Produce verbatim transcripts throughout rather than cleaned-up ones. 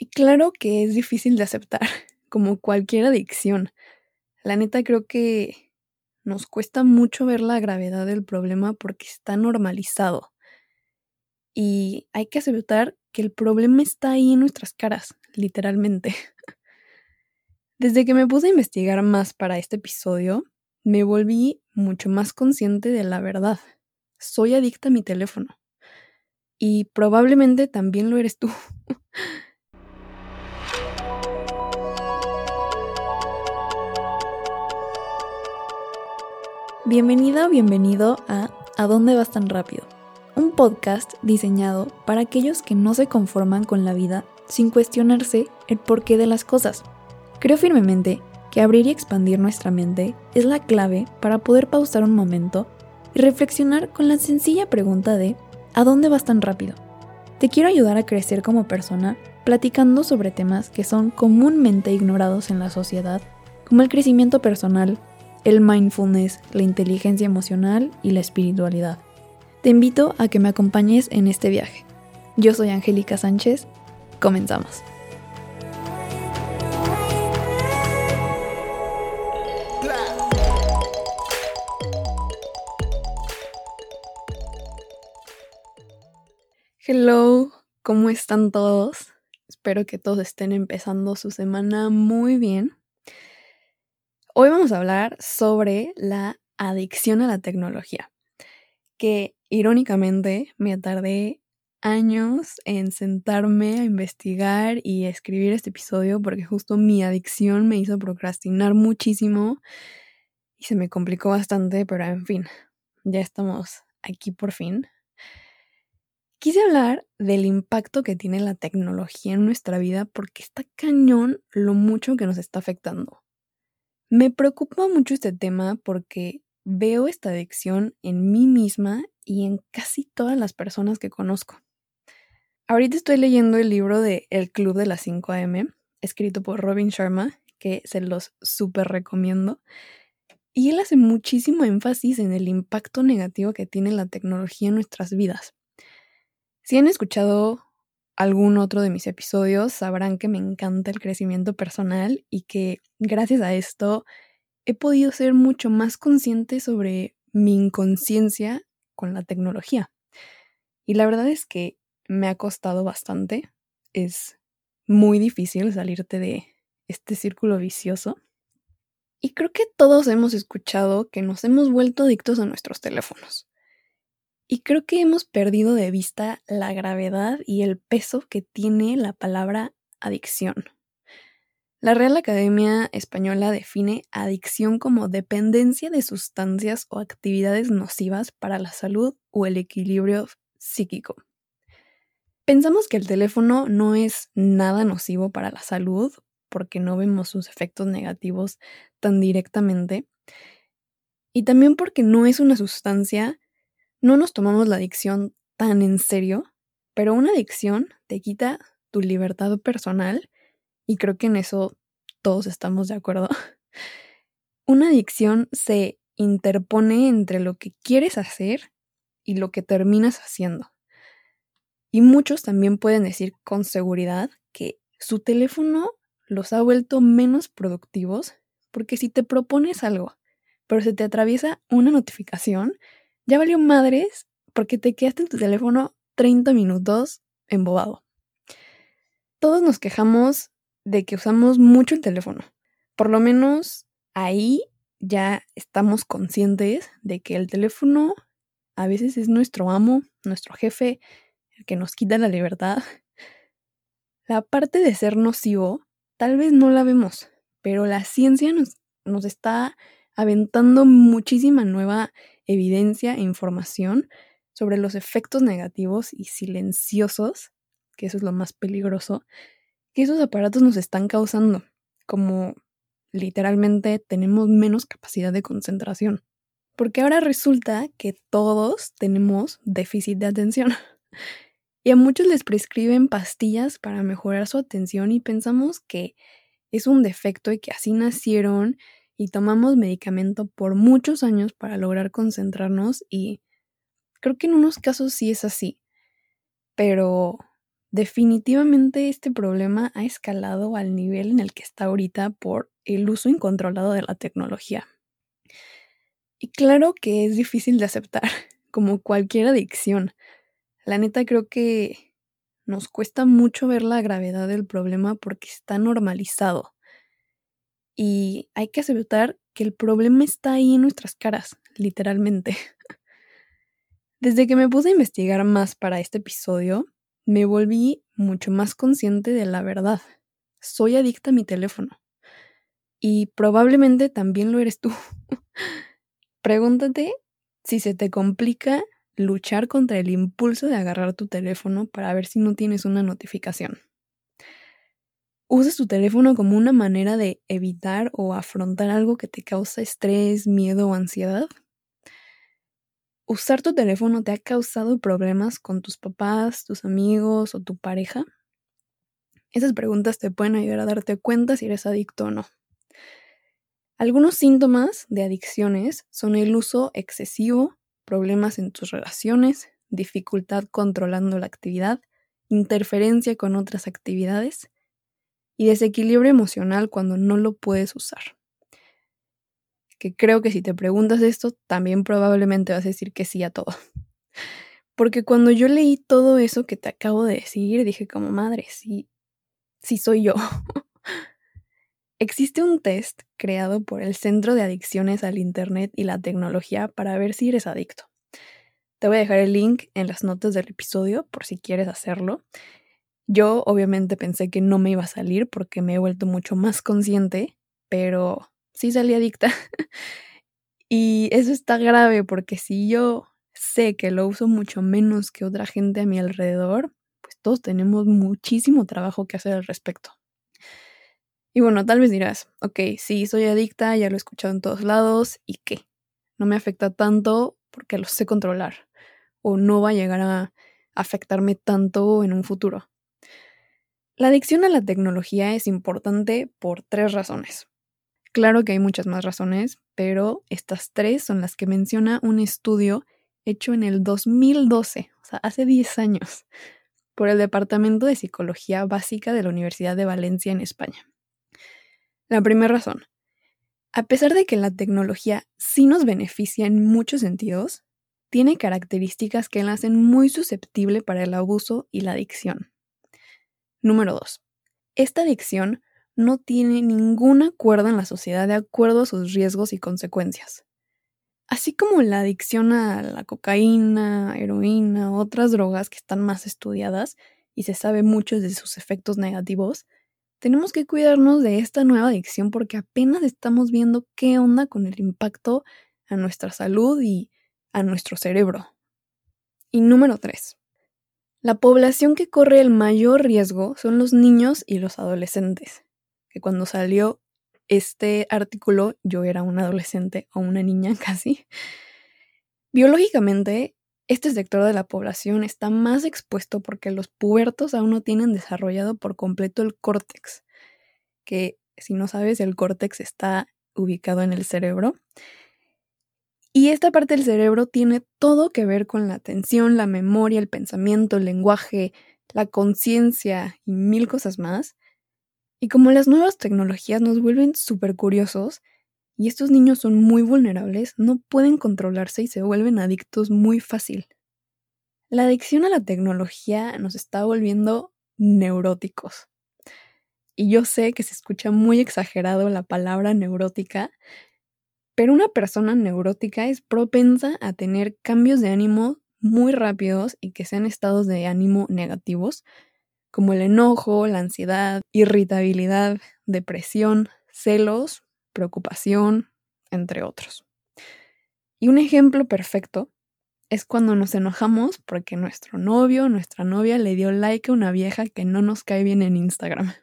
Y claro que es difícil de aceptar, como cualquier adicción. La neta creo que nos cuesta mucho ver la gravedad del problema porque está normalizado. Y hay que aceptar que el problema está ahí en nuestras caras, literalmente. Desde que me puse a investigar más para este episodio, me volví mucho más consciente de la verdad. Soy adicta a mi teléfono. Y probablemente también lo eres tú. Bienvenida o bienvenido a ¿A dónde vas tan rápido? Un podcast diseñado para aquellos que no se conforman con la vida sin cuestionarse el porqué de las cosas. Creo firmemente que abrir y expandir nuestra mente es la clave para poder pausar un momento y reflexionar con la sencilla pregunta de ¿a dónde vas tan rápido? Te quiero ayudar a crecer como persona platicando sobre temas que son comúnmente ignorados en la sociedad, como el crecimiento personal, el mindfulness, la inteligencia emocional y la espiritualidad. Te invito a que me acompañes en este viaje. Yo soy Angélica Sánchez. Comenzamos. Hello, ¿cómo están todos? Espero que todos estén empezando su semana muy bien. Hoy vamos a hablar sobre la adicción a la tecnología, que irónicamente me tardé años en sentarme a investigar y escribir este episodio porque justo mi adicción me hizo procrastinar muchísimo y se me complicó bastante, pero en fin, ya estamos aquí por fin. Quise hablar del impacto que tiene la tecnología en nuestra vida porque está cañón lo mucho que nos está afectando. Me preocupa mucho este tema porque veo esta adicción en mí misma y en casi todas las personas que conozco. Ahorita estoy leyendo el libro de El Club de las cinco a eme, escrito por Robin Sharma, que se los súper recomiendo. Y él hace muchísimo énfasis en el impacto negativo que tiene la tecnología en nuestras vidas. Si han escuchado algún otro de mis episodios, sabrán que me encanta el crecimiento personal y que gracias a esto he podido ser mucho más consciente sobre mi inconsciencia con la tecnología. Y la verdad es que me ha costado bastante. Es muy difícil salirte de este círculo vicioso. Y creo que todos hemos escuchado que nos hemos vuelto adictos a nuestros teléfonos. Y creo que hemos perdido de vista la gravedad y el peso que tiene la palabra adicción. La Real Academia Española define adicción como dependencia de sustancias o actividades nocivas para la salud o el equilibrio psíquico. Pensamos que el teléfono no es nada nocivo para la salud porque no vemos sus efectos negativos tan directamente. Y también porque no es una sustancia, no nos tomamos la adicción tan en serio, pero una adicción te quita tu libertad personal y creo que en eso todos estamos de acuerdo. Una adicción se interpone entre lo que quieres hacer y lo que terminas haciendo. Y muchos también pueden decir con seguridad que su teléfono los ha vuelto menos productivos porque si te propones algo, pero se te atraviesa una notificación, ya valió madres porque te quedaste en tu teléfono treinta minutos embobado. Todos nos quejamos de que usamos mucho el teléfono. Por lo menos ahí ya estamos conscientes de que el teléfono a veces es nuestro amo, nuestro jefe, el que nos quita la libertad. La parte de ser nocivo tal vez no la vemos, pero la ciencia nos, nos está aventando muchísima nueva evidencia e información sobre los efectos negativos y silenciosos, que eso es lo más peligroso, que esos aparatos nos están causando, como literalmente tenemos menos capacidad de concentración. Porque ahora resulta que todos tenemos déficit de atención. Y a muchos les prescriben pastillas para mejorar su atención y pensamos que es un defecto y que así nacieron y tomamos medicamento por muchos años para lograr concentrarnos y creo que en unos casos sí es así, pero definitivamente este problema ha escalado al nivel en el que está ahorita por el uso incontrolado de la tecnología. Y claro que es difícil de aceptar, como cualquier adicción. La neta creo que nos cuesta mucho ver la gravedad del problema porque está normalizado. Y hay que aceptar que el problema está ahí en nuestras caras, literalmente. Desde que me puse a investigar más para este episodio, me volví mucho más consciente de la verdad. Soy adicta a mi teléfono. Y probablemente también lo eres tú. Pregúntate si se te complica luchar contra el impulso de agarrar tu teléfono para ver si no tienes una notificación. ¿Usas tu teléfono como una manera de evitar o afrontar algo que te causa estrés, miedo o ansiedad? ¿Usar tu teléfono te ha causado problemas con tus papás, tus amigos o tu pareja? Esas preguntas te pueden ayudar a darte cuenta si eres adicto o no. Algunos síntomas de adicciones son el uso excesivo, problemas en tus relaciones, dificultad controlando la actividad, interferencia con otras actividades y desequilibrio emocional cuando no lo puedes usar. Que creo que si te preguntas esto, también probablemente vas a decir que sí a todo. Porque cuando yo leí todo eso que te acabo de decir, dije como madre, sí, sí soy yo. Existe un test creado por el Centro de Adicciones al Internet y la Tecnología para ver si eres adicto. Te voy a dejar el link en las notas del episodio por si quieres hacerlo. Yo obviamente pensé que no me iba a salir porque me he vuelto mucho más consciente, pero sí salí adicta. Y eso está grave porque si yo sé que lo uso mucho menos que otra gente a mi alrededor, pues todos tenemos muchísimo trabajo que hacer al respecto. Y bueno, tal vez dirás, ok, sí, soy adicta, ya lo he escuchado en todos lados, ¿y qué? No me afecta tanto porque lo sé controlar, o no va a llegar a afectarme tanto en un futuro. La adicción a la tecnología es importante por tres razones. Claro que hay muchas más razones, pero estas tres son las que menciona un estudio hecho en el dos mil doce, o sea, hace diez años, por el Departamento de Psicología Básica de la Universidad de Valencia en España. La primera razón, a pesar de que la tecnología sí nos beneficia en muchos sentidos, tiene características que la hacen muy susceptible para el abuso y la adicción. Número dos. Esta adicción no tiene ningún acuerdo en la sociedad de acuerdo a sus riesgos y consecuencias. Así como la adicción a la cocaína, heroína, otras drogas que están más estudiadas y se sabe mucho de sus efectos negativos, tenemos que cuidarnos de esta nueva adicción porque apenas estamos viendo qué onda con el impacto a nuestra salud y a nuestro cerebro. Y número tres. La población que corre el mayor riesgo son los niños y los adolescentes. Que cuando salió este artículo yo era una adolescente o una niña casi. Biológicamente, este sector de la población está más expuesto porque los pubertos aún no tienen desarrollado por completo el córtex, que si no sabes, el córtex está ubicado en el cerebro. Y esta parte del cerebro tiene todo que ver con la atención, la memoria, el pensamiento, el lenguaje, la conciencia y mil cosas más. Y como las nuevas tecnologías nos vuelven súper curiosos y estos niños son muy vulnerables, no pueden controlarse y se vuelven adictos muy fácil. La adicción a la tecnología nos está volviendo neuróticos. Y yo sé que se escucha muy exagerado la palabra neurótica, pero una persona neurótica es propensa a tener cambios de ánimo muy rápidos y que sean estados de ánimo negativos, como el enojo, la ansiedad, irritabilidad, depresión, celos, preocupación, entre otros. Y un ejemplo perfecto es cuando nos enojamos porque nuestro novio o nuestra novia le dio like a una vieja que no nos cae bien en Instagram.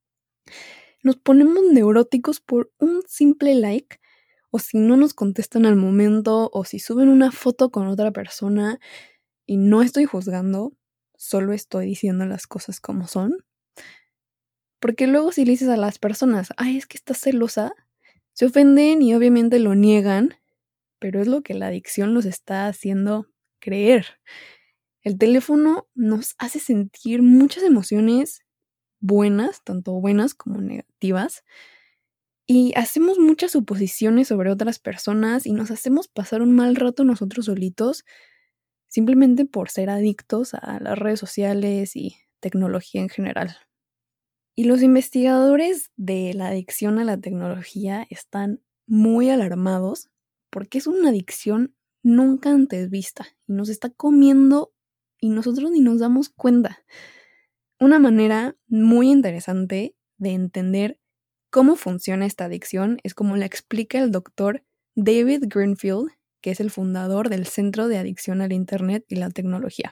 Nos ponemos neuróticos por un simple like, o si no nos contestan al momento, o si suben una foto con otra persona, y no estoy juzgando, solo estoy diciendo las cosas como son. Porque luego si le dices a las personas, ay, es que estás celosa, se ofenden y obviamente lo niegan, pero es lo que la adicción los está haciendo creer. El teléfono nos hace sentir muchas emociones buenas, tanto buenas como negativas, y hacemos muchas suposiciones sobre otras personas y nos hacemos pasar un mal rato nosotros solitos simplemente por ser adictos a las redes sociales y tecnología en general. Y los investigadores de la adicción a la tecnología están muy alarmados porque es una adicción nunca antes vista y nos está comiendo y nosotros ni nos damos cuenta. Una manera muy interesante de entender cómo funciona esta adicción es como la explica el doctor David Greenfield, que es el fundador del Centro de Adicción al Internet y la Tecnología.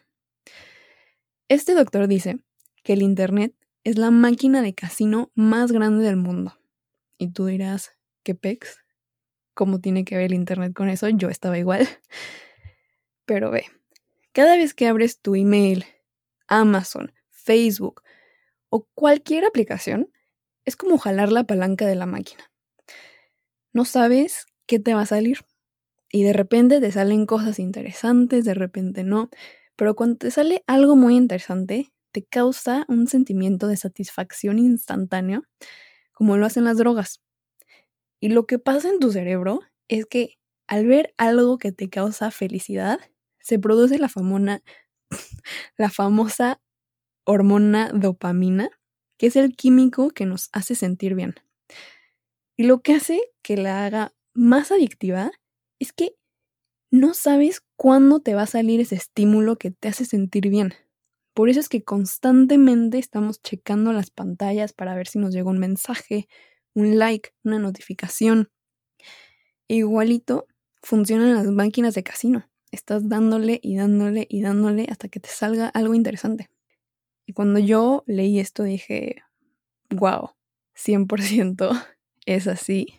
Este doctor dice que el Internet es la máquina de casino más grande del mundo. Y tú dirás, ¿qué pex? ¿Cómo tiene que ver el Internet con eso? Yo estaba igual. Pero ve, cada vez que abres tu email, Amazon, Facebook o cualquier aplicación, es como jalar la palanca de la máquina. No sabes qué te va a salir. Y de repente te salen cosas interesantes, de repente no. Pero cuando te sale algo muy interesante, te causa un sentimiento de satisfacción instantáneo, como lo hacen las drogas. Y lo que pasa en tu cerebro es que al ver algo que te causa felicidad, se produce la famona, la famosa hormona dopamina, que es el químico que nos hace sentir bien. Y lo que hace que la haga más adictiva es que no sabes cuándo te va a salir ese estímulo que te hace sentir bien. Por eso es que constantemente estamos checando las pantallas para ver si nos llegó un mensaje, un like, una notificación. E igualito funcionan las máquinas de casino. Estás dándole y dándole y dándole hasta que te salga algo interesante. Y cuando yo leí esto dije, wow, cien por ciento es así.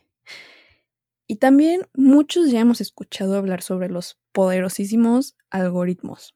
Y también muchos ya hemos escuchado hablar sobre los poderosísimos algoritmos.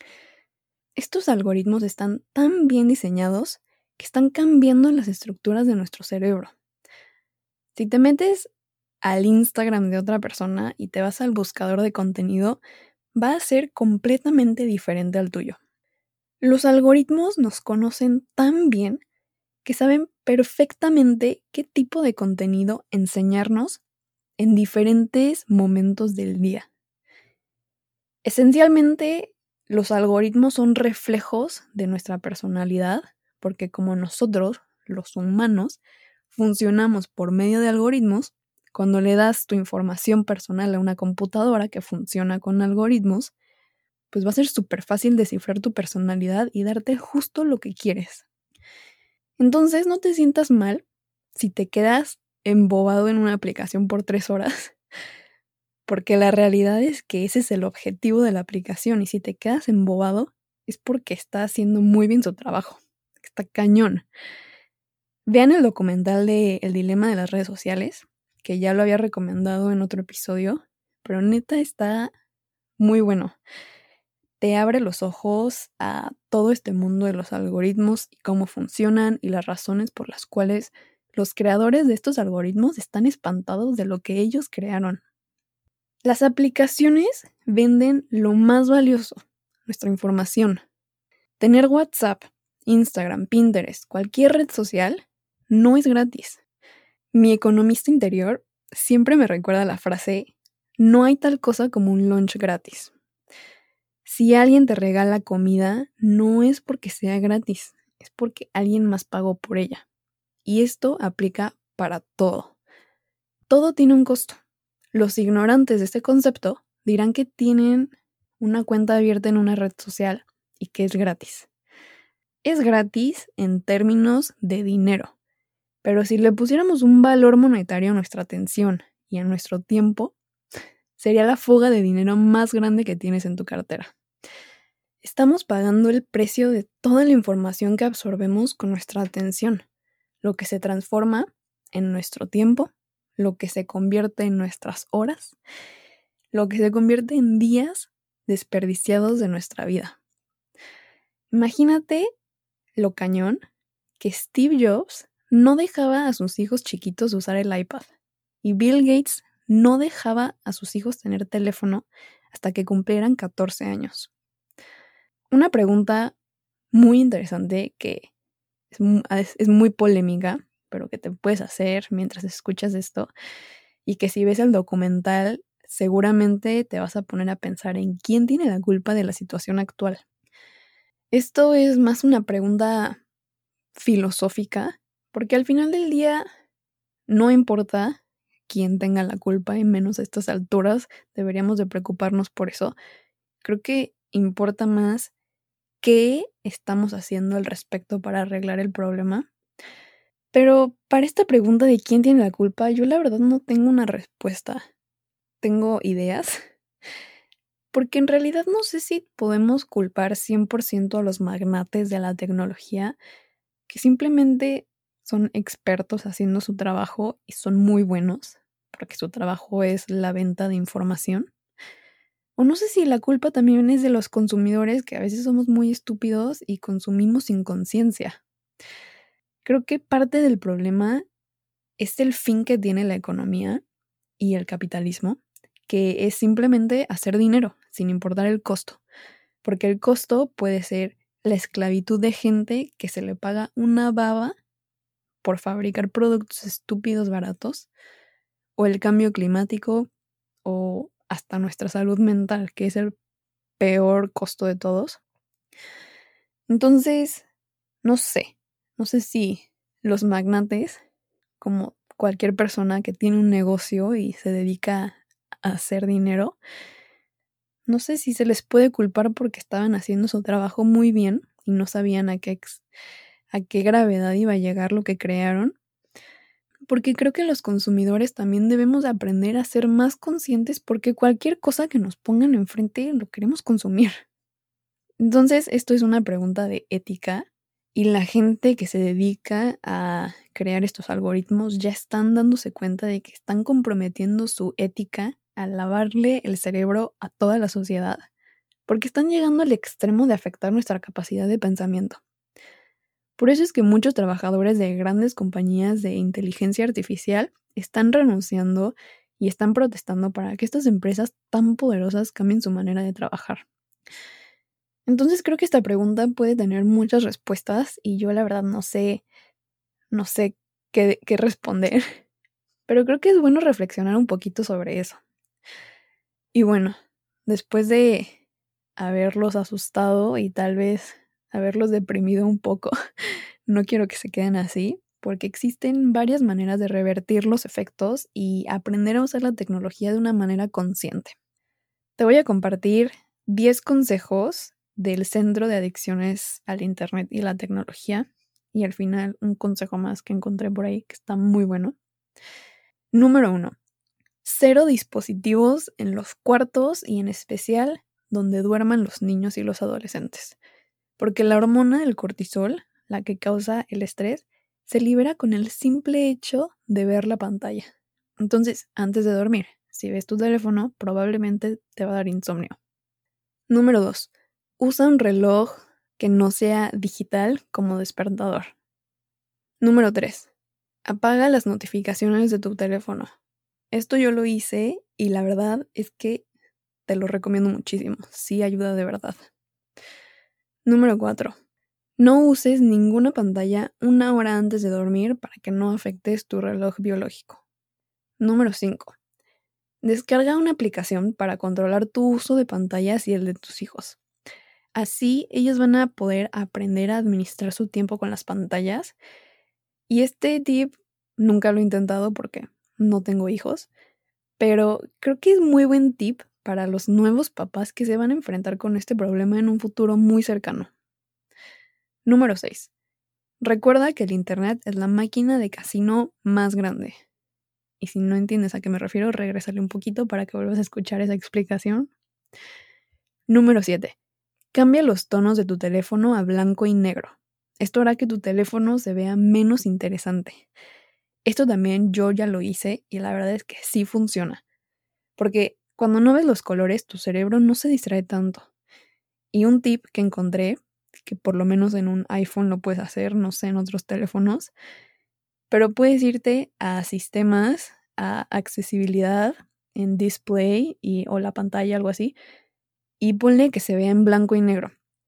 Estos algoritmos están tan bien diseñados que están cambiando las estructuras de nuestro cerebro. Si te metes al Instagram de otra persona y te vas al buscador de contenido, va a ser completamente diferente al tuyo. Los algoritmos nos conocen tan bien que saben perfectamente qué tipo de contenido enseñarnos en diferentes momentos del día. Esencialmente, los algoritmos son reflejos de nuestra personalidad, porque como nosotros, los humanos, funcionamos por medio de algoritmos, cuando le das tu información personal a una computadora que funciona con algoritmos, pues va a ser súper fácil descifrar tu personalidad y darte justo lo que quieres. Entonces, no te sientas mal si te quedas embobado en una aplicación por tres horas, porque la realidad es que ese es el objetivo de la aplicación y si te quedas embobado es porque está haciendo muy bien su trabajo. Está cañón. Vean el documental de El dilema de las redes sociales, que ya lo había recomendado en otro episodio, pero neta está muy bueno. Te abre los ojos a todo este mundo de los algoritmos y cómo funcionan y las razones por las cuales los creadores de estos algoritmos están espantados de lo que ellos crearon. Las aplicaciones venden lo más valioso, nuestra información. Tener WhatsApp, Instagram, Pinterest, cualquier red social, no es gratis. Mi economista interior siempre me recuerda la frase, no hay tal cosa como un lunch gratis. Si alguien te regala comida, no es porque sea gratis, es porque alguien más pagó por ella. Y esto aplica para todo. Todo tiene un costo. Los ignorantes de este concepto dirán que tienen una cuenta abierta en una red social y que es gratis. Es gratis en términos de dinero, pero si le pusiéramos un valor monetario a nuestra atención y a nuestro tiempo, sería la fuga de dinero más grande que tienes en tu cartera. Estamos pagando el precio de toda la información que absorbemos con nuestra atención, lo que se transforma en nuestro tiempo, lo que se convierte en nuestras horas, lo que se convierte en días desperdiciados de nuestra vida. Imagínate lo cañón que Steve Jobs no dejaba a sus hijos chiquitos usar el iPad y Bill Gates no dejaba a sus hijos tener teléfono hasta que cumplieran catorce años. Una pregunta muy interesante que es, es, es muy polémica, pero que te puedes hacer mientras escuchas esto, y que si ves el documental seguramente te vas a poner a pensar en quién tiene la culpa de la situación actual. Esto es más una pregunta filosófica, porque al final del día no importa quién tenga la culpa, y menos a estas alturas deberíamos de preocuparnos por eso. Creo que importa más qué estamos haciendo al respecto para arreglar el problema. Pero para esta pregunta de quién tiene la culpa, yo la verdad no tengo una respuesta. Tengo ideas. Porque en realidad no sé si podemos culpar cien por ciento a los magnates de la tecnología, que simplemente son expertos haciendo su trabajo y son muy buenos, porque su trabajo es la venta de información. O no sé si la culpa también es de los consumidores, que a veces somos muy estúpidos y consumimos sin conciencia. Creo que parte del problema es el fin que tiene la economía y el capitalismo, que es simplemente hacer dinero, sin importar el costo. Porque el costo puede ser la esclavitud de gente que se le paga una baba por fabricar productos estúpidos baratos, o el cambio climático, o hasta nuestra salud mental, que es el peor costo de todos. Entonces, no sé, no sé si los magnates, como cualquier persona que tiene un negocio y se dedica a hacer dinero, no sé si se les puede culpar porque estaban haciendo su trabajo muy bien y no sabían a qué, ex, a qué gravedad iba a llegar lo que crearon. Porque creo que los consumidores también debemos de aprender a ser más conscientes, porque cualquier cosa que nos pongan enfrente lo queremos consumir. Entonces, esto es una pregunta de ética, y la gente que se dedica a crear estos algoritmos ya están dándose cuenta de que están comprometiendo su ética al lavarle el cerebro a toda la sociedad, porque están llegando al extremo de afectar nuestra capacidad de pensamiento. Por eso es que muchos trabajadores de grandes compañías de inteligencia artificial están renunciando y están protestando para que estas empresas tan poderosas cambien su manera de trabajar. Entonces creo que esta pregunta puede tener muchas respuestas y yo la verdad no sé, no sé qué, qué responder, pero creo que es bueno reflexionar un poquito sobre eso. Y bueno, después de haberlos asustado y tal vez haberlos deprimido un poco, no quiero que se queden así, porque existen varias maneras de revertir los efectos y aprender a usar la tecnología de una manera consciente. Te voy a compartir diez consejos del Centro de Adicciones al Internet y la Tecnología, y al final un consejo más que encontré por ahí que está muy bueno. Número uno. Cero dispositivos en los cuartos y en especial donde duerman los niños y los adolescentes, porque la hormona del cortisol, la que causa el estrés, se libera con el simple hecho de ver la pantalla. Entonces, antes de dormir, si ves tu teléfono, probablemente te va a dar insomnio. Número dos. Usa un reloj que no sea digital como despertador. Número tres. Apaga las notificaciones de tu teléfono. Esto yo lo hice y la verdad es que te lo recomiendo muchísimo. Sí ayuda de verdad. Número cuatro. No uses ninguna pantalla una hora antes de dormir para que no afectes tu reloj biológico. Número cinco. Descarga una aplicación para controlar tu uso de pantallas y el de tus hijos. Así ellos van a poder aprender a administrar su tiempo con las pantallas. Y este tip nunca lo he intentado porque no tengo hijos, pero creo que es muy buen tip para los nuevos papás que se van a enfrentar con este problema en un futuro muy cercano. Número seis. Recuerda que el Internet es la máquina de casino más grande. Y si no entiendes a qué me refiero, regrésale un poquito para que vuelvas a escuchar esa explicación. Número siete. Cambia los tonos de tu teléfono a blanco y negro. Esto hará que tu teléfono se vea menos interesante. Esto también yo ya lo hice y la verdad es que sí funciona. Porque cuando no ves los colores, tu cerebro no se distrae tanto. Y un tip que encontré, que por lo menos en un iPhone lo puedes hacer, no sé en otros teléfonos, pero puedes irte a sistemas, a accesibilidad, en display y, o la pantalla, algo así, y ponle que se vea en blanco y negro.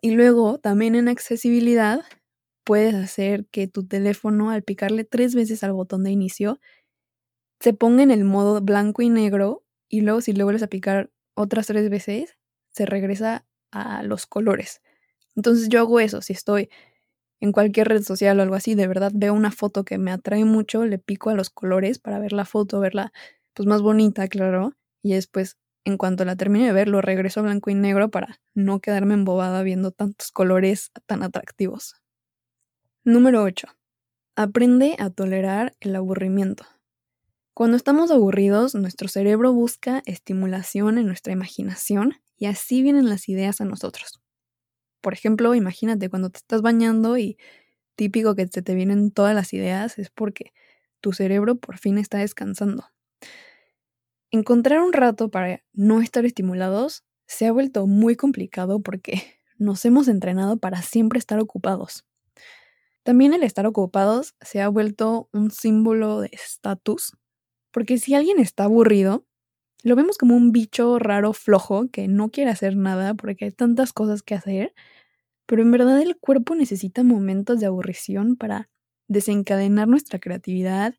Y luego, también en accesibilidad, puedes hacer que tu teléfono, al picarle tres veces al botón de inicio, se ponga en el modo blanco y negro, y luego si le vuelves a picar otras tres veces, se regresa a los colores. Entonces yo hago eso, si estoy en cualquier red social o algo así, de verdad veo una foto que me atrae mucho, le pico a los colores para ver la foto, verla pues más bonita, claro, y después, en cuanto la termine de ver, lo regreso a blanco y negro para no quedarme embobada viendo tantos colores tan atractivos. Número ocho. Aprende a tolerar el aburrimiento. Cuando estamos aburridos, nuestro cerebro busca estimulación en nuestra imaginación y así vienen las ideas a nosotros. Por ejemplo, imagínate cuando te estás bañando y típico que se te vienen todas las ideas es porque tu cerebro por fin está descansando. Encontrar un rato para no estar estimulados se ha vuelto muy complicado porque nos hemos entrenado para siempre estar ocupados. También el estar ocupados se ha vuelto un símbolo de estatus, porque si alguien está aburrido, lo vemos como un bicho raro flojo que no quiere hacer nada porque hay tantas cosas que hacer, pero en verdad el cuerpo necesita momentos de aburrición para desencadenar nuestra creatividad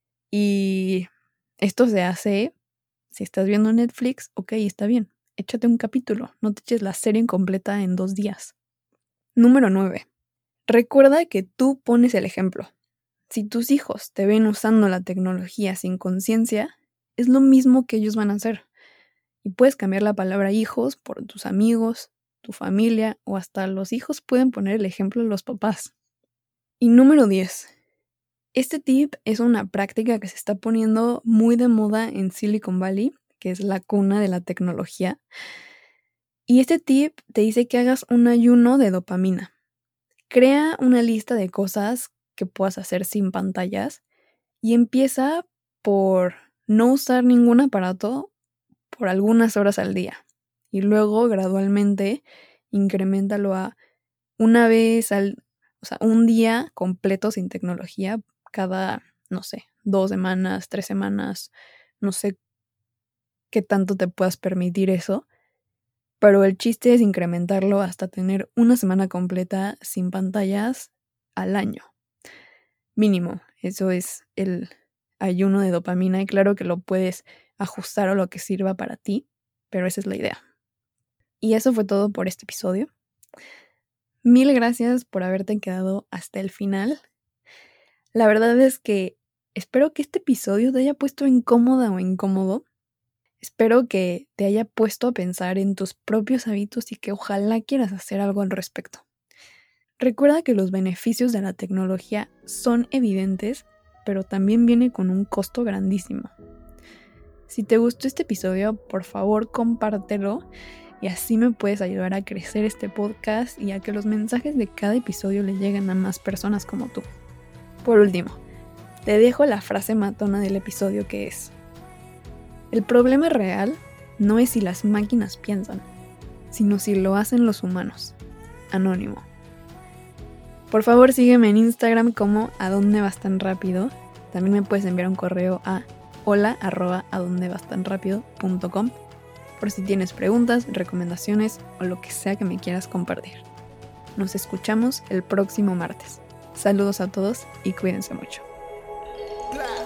y esto se hace, si estás viendo Netflix, ok, está bien, échate un capítulo, no te eches la serie incompleta en dos días. Número nueve. Recuerda que tú pones el ejemplo. Si tus hijos te ven usando la tecnología sin conciencia, es lo mismo que ellos van a hacer. Y puedes cambiar la palabra hijos por tus amigos, tu familia o hasta los hijos pueden poner el ejemplo a los papás. Y número diez. Este tip es una práctica que se está poniendo muy de moda en Silicon Valley, que es la cuna de la tecnología. Y este tip te dice que hagas un ayuno de dopamina. Crea una lista de cosas que puedas hacer sin pantallas y empieza por no usar ningún aparato por algunas horas al día. Y luego gradualmente increméntalo a una vez al, o sea, un día completo sin tecnología cada, no sé, dos semanas, tres semanas, no sé qué tanto te puedas permitir eso. Pero el chiste es incrementarlo hasta tener una semana completa sin pantallas al año. Mínimo, eso es el ayuno de dopamina y claro que lo puedes ajustar a lo que sirva para ti, pero esa es la idea. Y eso fue todo por este episodio. Mil gracias por haberte quedado hasta el final. La verdad es que espero que este episodio te haya puesto incómoda o incómodo. Espero que te haya puesto a pensar en tus propios hábitos y que ojalá quieras hacer algo al respecto. Recuerda que los beneficios de la tecnología son evidentes, pero también viene con un costo grandísimo. Si te gustó este episodio, por favor compártelo y así me puedes ayudar a crecer este podcast y a que los mensajes de cada episodio le lleguen a más personas como tú. Por último, te dejo la frase matona del episodio que es: el problema real no es si las máquinas piensan, sino si lo hacen los humanos. Anónimo. Por favor sígueme en Instagram como adondevastanrápido. También me puedes enviar un correo a hola arroba adondevastanrápido punto com por si tienes preguntas, recomendaciones o lo que sea que me quieras compartir. Nos escuchamos el próximo martes. Saludos a todos y cuídense mucho.